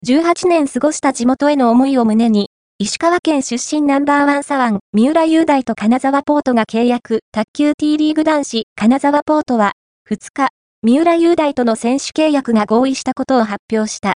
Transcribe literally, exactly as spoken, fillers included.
じゅうはちねん過ごした地元への思いを胸に、石川県出身ナンバーワン左腕、三浦雄大と金沢ポートが契約、卓球 T リーグ男子、金沢ポートは、ふつか、三浦雄大との選手契約が合意したことを発表した。